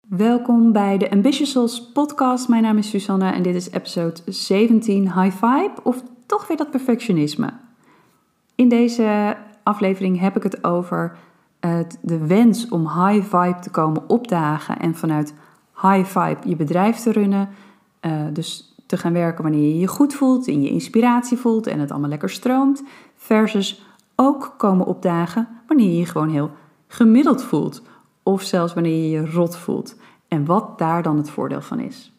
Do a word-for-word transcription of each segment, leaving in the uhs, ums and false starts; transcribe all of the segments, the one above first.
Welkom bij de Ambitious Souls podcast. Mijn naam is Susanne en dit is episode zeventien, High Vibe, of toch weer dat perfectionisme. In deze aflevering heb ik het over uh, de wens om high vibe te komen opdagen en vanuit high vibe je bedrijf te runnen. Uh, dus te gaan werken wanneer je je goed voelt, in je inspiratie voelt en het allemaal lekker stroomt. Versus ook komen opdagen wanneer je je gewoon heel gemiddeld voelt. Of zelfs wanneer je je rot voelt. En wat daar dan het voordeel van is.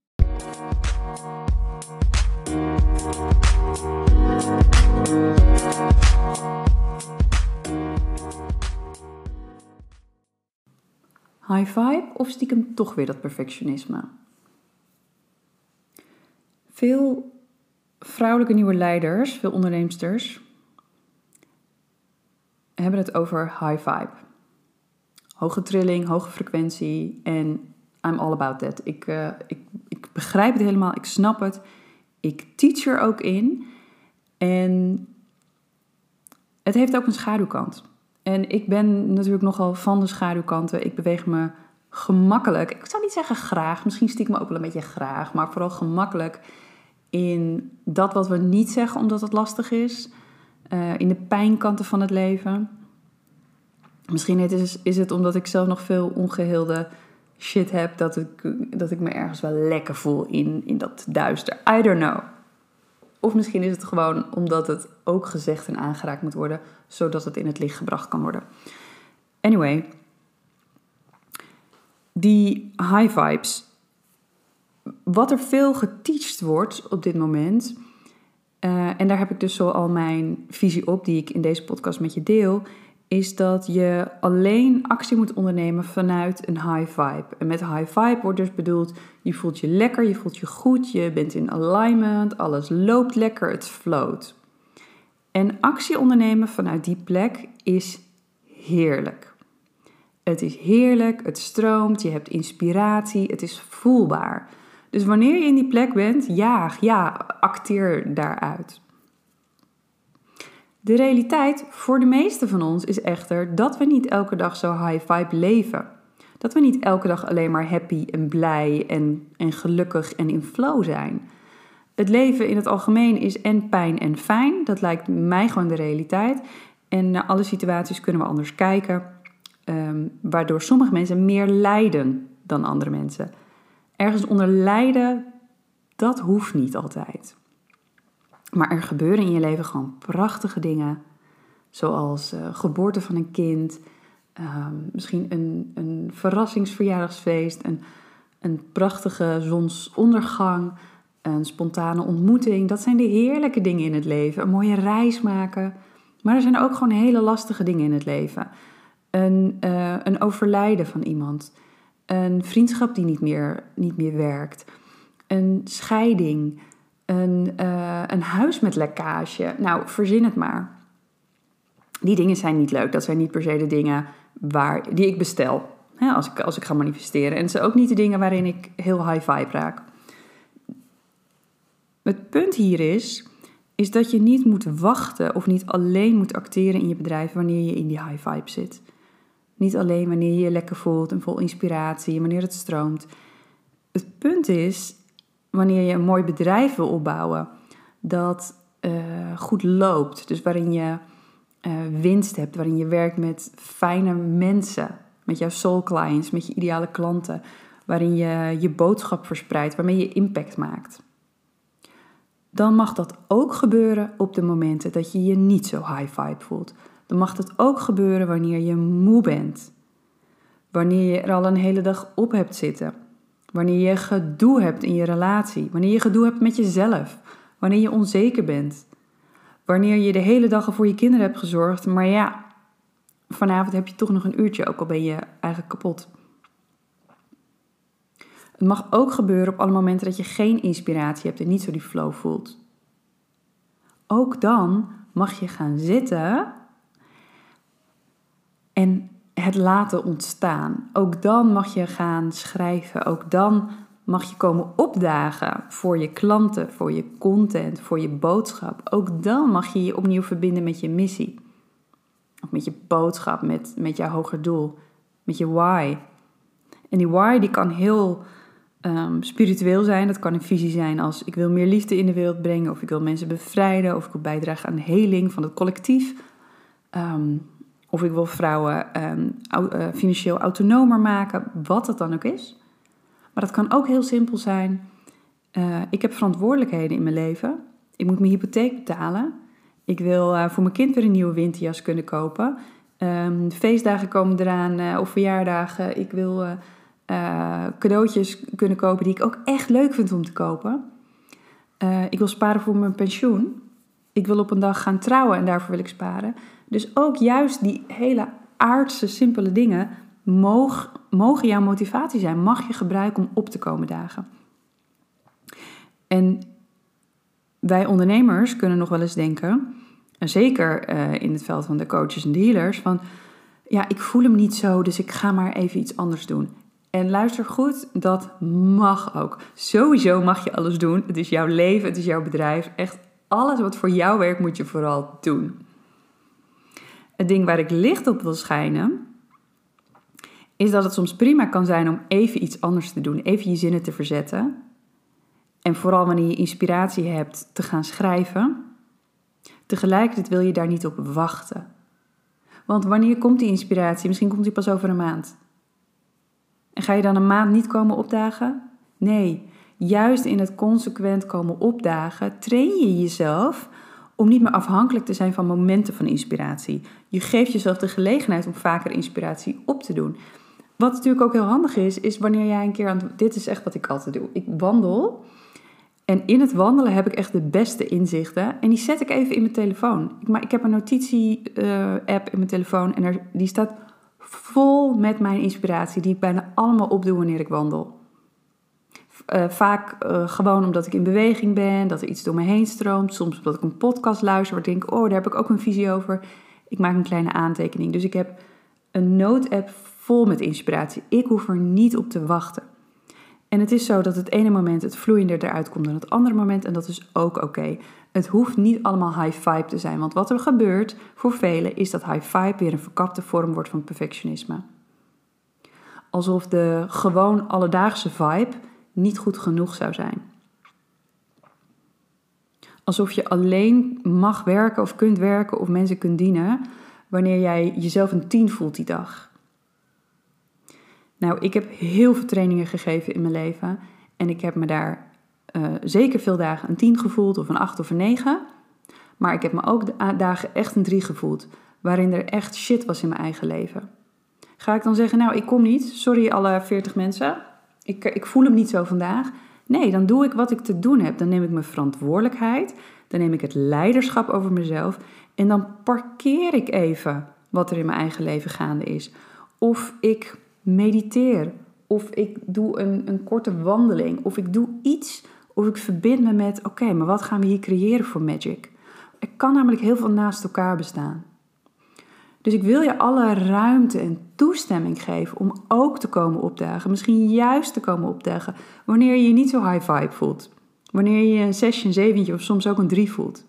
High vibe of stiekem toch weer dat perfectionisme? Veel vrouwelijke nieuwe leiders, veel onderneemsters, hebben het over high vibe. Hoge trilling, hoge frequentie en I'm all about that. Ik, uh, ik, ik begrijp het helemaal, ik snap het. Ik teach er ook in. En het heeft ook een schaduwkant. En ik ben natuurlijk nogal van de schaduwkanten. Ik beweeg me gemakkelijk. Ik zou niet zeggen graag, misschien stiekem ook wel een beetje graag. Maar vooral gemakkelijk in dat wat we niet zeggen omdat het lastig is. Uh, in de pijnkanten van het leven. Misschien is, is het omdat ik zelf nog veel ongeheelde shit heb, dat ik, dat ik me ergens wel lekker voel in, in dat duister. I don't know. Of misschien is het gewoon omdat het ook gezegd en aangeraakt moet worden, zodat het in het licht gebracht kan worden. Anyway, die high vibes. Wat er veel geteacht wordt op dit moment, uh, en daar heb ik dus zo al mijn visie op, die ik in deze podcast met je deel, is dat je alleen actie moet ondernemen vanuit een high vibe. En met high vibe wordt dus bedoeld, je voelt je lekker, je voelt je goed, je bent in alignment, alles loopt lekker, het float. En actie ondernemen vanuit die plek is heerlijk. Het is heerlijk, het stroomt, je hebt inspiratie, het is voelbaar. Dus wanneer je in die plek bent, jaag, ja, acteer daaruit. De realiteit voor de meeste van ons is echter dat we niet elke dag zo high vibe leven. Dat we niet elke dag alleen maar happy en blij en, en gelukkig en in flow zijn. Het leven in het algemeen is en pijn en fijn. Dat lijkt mij gewoon de realiteit. En naar alle situaties kunnen we anders kijken. Um, waardoor sommige mensen meer lijden dan andere mensen. Ergens onder lijden, dat hoeft niet altijd. Maar er gebeuren in je leven gewoon prachtige dingen. Zoals uh, geboorte van een kind. Uh, misschien een, een verrassingsverjaardagsfeest. Een, een prachtige zonsondergang. Een spontane ontmoeting. Dat zijn de heerlijke dingen in het leven. Een mooie reis maken. Maar er zijn ook gewoon hele lastige dingen in het leven. Een, uh, een overlijden van iemand. Een vriendschap die niet meer, niet meer werkt. Een scheiding. Een, uh, een huis met lekkage. Nou, verzin het maar. Die dingen zijn niet leuk. Dat zijn niet per se de dingen waar, die ik bestel. Hè, als, ik, als ik ga manifesteren. En het zijn ook niet de dingen waarin ik heel high vibe raak. Het punt hier is, is dat je niet moet wachten of niet alleen moet acteren in je bedrijf wanneer je in die high vibe zit. Niet alleen wanneer je je lekker voelt en vol inspiratie en wanneer het stroomt. Het punt is, wanneer je een mooi bedrijf wil opbouwen dat uh, goed loopt. Dus waarin je uh, winst hebt, waarin je werkt met fijne mensen. Met jouw soul clients, met je ideale klanten. Waarin je je boodschap verspreidt, waarmee je impact maakt. Dan mag dat ook gebeuren op de momenten dat je je niet zo high vibe voelt. Dan mag dat ook gebeuren wanneer je moe bent. Wanneer je er al een hele dag op hebt zitten. Wanneer je gedoe hebt in je relatie. Wanneer je gedoe hebt met jezelf. Wanneer je onzeker bent. Wanneer je de hele dag al voor je kinderen hebt gezorgd. Maar ja, vanavond heb je toch nog een uurtje, ook al ben je eigenlijk kapot. Het mag ook gebeuren op alle momenten dat je geen inspiratie hebt en niet zo die flow voelt. Ook dan mag je gaan zitten en het laten ontstaan. Ook dan mag je gaan schrijven. Ook dan mag je komen opdagen voor je klanten, voor je content, voor je boodschap. Ook dan mag je je opnieuw verbinden met je missie. Of met je boodschap, met, met jouw hoger doel, met je why. En die why die kan heel um, spiritueel zijn. Dat kan een visie zijn als ik wil meer liefde in de wereld brengen. Of ik wil mensen bevrijden. Of ik wil bijdragen aan de heling van het collectief. Um, of ik wil vrouwen um, au- uh, financieel autonomer maken. Wat het dan ook is. Maar dat kan ook heel simpel zijn. Uh, ik heb verantwoordelijkheden in mijn leven. Ik moet mijn hypotheek betalen. Ik wil uh, voor mijn kind weer een nieuwe winterjas kunnen kopen. Um, feestdagen komen eraan uh, of verjaardagen. Ik wil uh, uh, cadeautjes kunnen kopen die ik ook echt leuk vind om te kopen. Uh, ik wil sparen voor mijn pensioen. Ik wil op een dag gaan trouwen en daarvoor wil ik sparen. Dus ook juist die hele aardse, simpele dingen mogen, mogen jouw motivatie zijn. Mag je gebruiken om op te komen dagen. En wij ondernemers kunnen nog wel eens denken, en zeker uh, in het veld van de coaches en de healers, van ja, ik voel hem niet zo, dus ik ga maar even iets anders doen. En luister goed, dat mag ook. Sowieso mag je alles doen. Het is jouw leven, het is jouw bedrijf. Echt alles wat voor jou werkt, moet je vooral doen. Het ding waar ik licht op wil schijnen, is dat het soms prima kan zijn om even iets anders te doen. Even je zinnen te verzetten. En vooral wanneer je inspiratie hebt te gaan schrijven. Tegelijkertijd wil je daar niet op wachten. Want wanneer komt die inspiratie? Misschien komt die pas over een maand. En ga je dan een maand niet komen opdagen? Nee, juist in het consequent komen opdagen train je jezelf om niet meer afhankelijk te zijn van momenten van inspiratie. Je geeft jezelf de gelegenheid om vaker inspiratie op te doen. Wat natuurlijk ook heel handig is, is wanneer jij een keer aan... Dit is echt wat ik altijd doe. Ik wandel en in het wandelen heb ik echt de beste inzichten. En die zet ik even in mijn telefoon. Ik, maar ik heb een notitie-app in mijn telefoon en er, die staat vol met mijn inspiratie, die ik bijna allemaal opdoe wanneer ik wandel. Uh, vaak uh, gewoon omdat ik in beweging ben, dat er iets door me heen stroomt. Soms omdat ik een podcast luister waar ik denk, oh, daar heb ik ook een visie over. Ik maak een kleine aantekening. Dus ik heb een note-app vol met inspiratie. Ik hoef er niet op te wachten. En het is zo dat het ene moment het vloeiender eruit komt dan het andere moment. En dat is ook oké. Okay. Het hoeft niet allemaal high vibe te zijn. Want wat er gebeurt voor velen is dat high vibe weer een verkapte vorm wordt van perfectionisme. Alsof de gewoon alledaagse vibe niet goed genoeg zou zijn. Alsof je alleen mag werken of kunt werken of mensen kunt dienen wanneer jij jezelf een tien voelt die dag. Nou, ik heb heel veel trainingen gegeven in mijn leven en ik heb me daar uh, zeker veel dagen een tien gevoeld of een acht of een negen. Maar ik heb me ook de dagen echt een drie gevoeld, waarin er echt shit was in mijn eigen leven. Ga ik dan zeggen, nou, ik kom niet, sorry alle veertig mensen, ik, ik voel hem niet zo vandaag. Nee, dan doe ik wat ik te doen heb. Dan neem ik mijn verantwoordelijkheid, dan neem ik het leiderschap over mezelf en dan parkeer ik even wat er in mijn eigen leven gaande is. Of ik mediteer, of ik doe een, een korte wandeling, of ik doe iets, of ik verbind me met, oké, okay, maar wat gaan we hier creëren voor magic? Er kan namelijk heel veel naast elkaar bestaan. Dus ik wil je alle ruimte en toestemming geven om ook te komen opdagen. Misschien juist te komen opdagen wanneer je je niet zo high vibe voelt. Wanneer je een zesje, een zeventje of soms ook een drie voelt.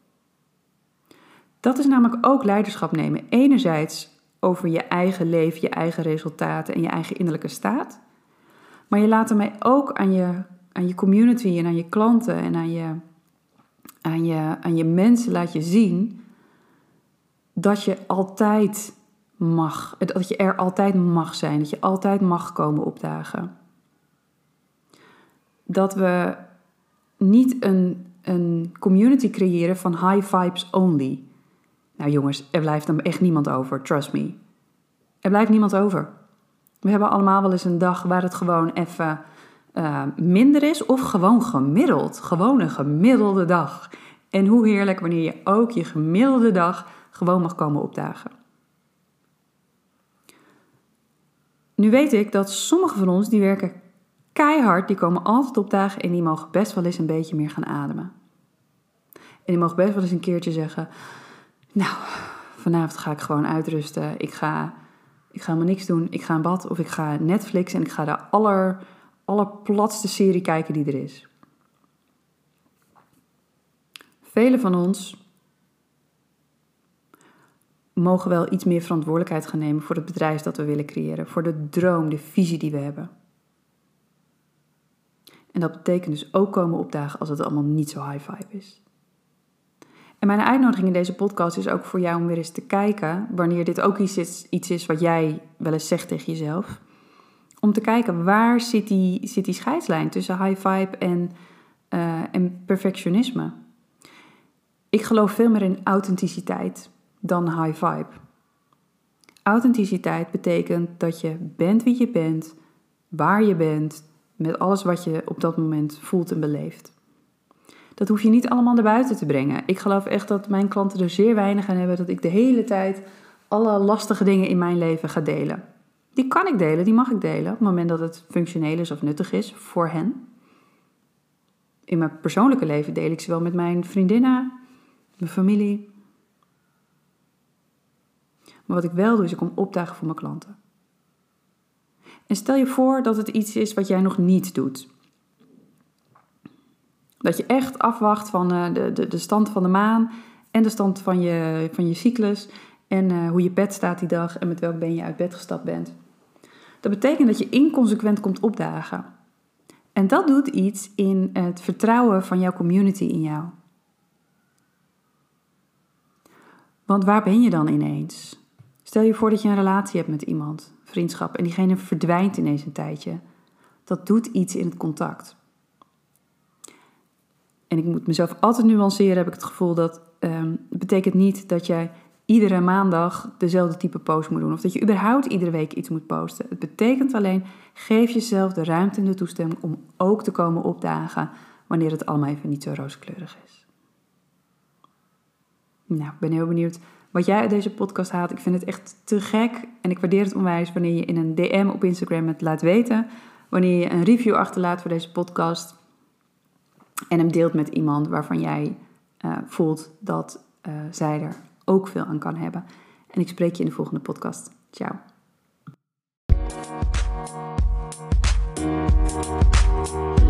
Dat is namelijk ook leiderschap nemen. Enerzijds over je eigen leven, je eigen resultaten en je eigen innerlijke staat. Maar je laat ermee ook aan je, aan je community en aan je klanten en aan je, aan je, aan je mensen laat je zien dat je altijd mag, dat je er altijd mag zijn, dat je altijd mag komen opdagen. Dat we niet een, een community creëren van high vibes only. Nou jongens, er blijft dan echt niemand over, trust me. Er blijft niemand over. We hebben allemaal wel eens een dag waar het gewoon even uh, minder is of gewoon gemiddeld. Gewoon een gemiddelde dag. En hoe heerlijk wanneer je ook je gemiddelde dag gewoon mag komen opdagen. Nu weet ik dat sommige van ons die werken keihard, die komen altijd opdagen en die mogen best wel eens een beetje meer gaan ademen. En die mogen best wel eens een keertje zeggen, nou, vanavond ga ik gewoon uitrusten. Ik ga, ik ga maar niks doen. Ik ga in bad of ik ga Netflix en ik ga de aller, allerplatste serie kijken die er is. Velen van ons mogen wel iets meer verantwoordelijkheid gaan nemen voor het bedrijf dat we willen creëren. Voor de droom, de visie die we hebben. En dat betekent dus ook komen opdagen als het allemaal niet zo high vibe is. En mijn uitnodiging in deze podcast is ook voor jou om weer eens te kijken, wanneer dit ook iets is, iets is wat jij wel eens zegt tegen jezelf, om te kijken waar zit die, zit die scheidslijn tussen high vibe en, uh, en perfectionisme. Ik geloof veel meer in authenticiteit dan high vibe. Authenticiteit betekent dat je bent wie je bent, waar je bent, met alles wat je op dat moment voelt en beleeft. Dat hoef je niet allemaal naar buiten te brengen. Ik geloof echt dat mijn klanten er zeer weinig aan hebben dat ik de hele tijd alle lastige dingen in mijn leven ga delen. Die kan ik delen, die mag ik delen op het moment dat het functioneel is of nuttig is voor hen. In mijn persoonlijke leven deel ik ze wel met mijn vriendinnen, mijn familie. Maar wat ik wel doe is ik kom opdagen voor mijn klanten. En stel je voor dat het iets is wat jij nog niet doet. Dat je echt afwacht van uh, de, de, de stand van de maan en de stand van je, van je cyclus en uh, hoe je bed staat die dag en met welk been je uit bed gestapt bent. Dat betekent dat je inconsequent komt opdagen. En dat doet iets in het vertrouwen van jouw community in jou. Want waar ben je dan ineens? Stel je voor dat je een relatie hebt met iemand, vriendschap, en diegene verdwijnt ineens een tijdje. Dat doet iets in het contact. En ik moet mezelf altijd nuanceren, heb ik het gevoel dat um, het betekent niet dat jij iedere maandag dezelfde type post moet doen. Of dat je überhaupt iedere week iets moet posten. Het betekent alleen, geef jezelf de ruimte en de toestemming om ook te komen opdagen wanneer het allemaal even niet zo rooskleurig is. Nou, ik ben heel benieuwd wat jij uit deze podcast haalt. Ik vind het echt te gek en ik waardeer het onwijs wanneer je in een D M op Instagram het laat weten. Wanneer je een review achterlaat voor deze podcast en hem deelt met iemand waarvan jij uh, voelt dat uh, zij er ook veel aan kan hebben. En ik spreek je in de volgende podcast. Ciao.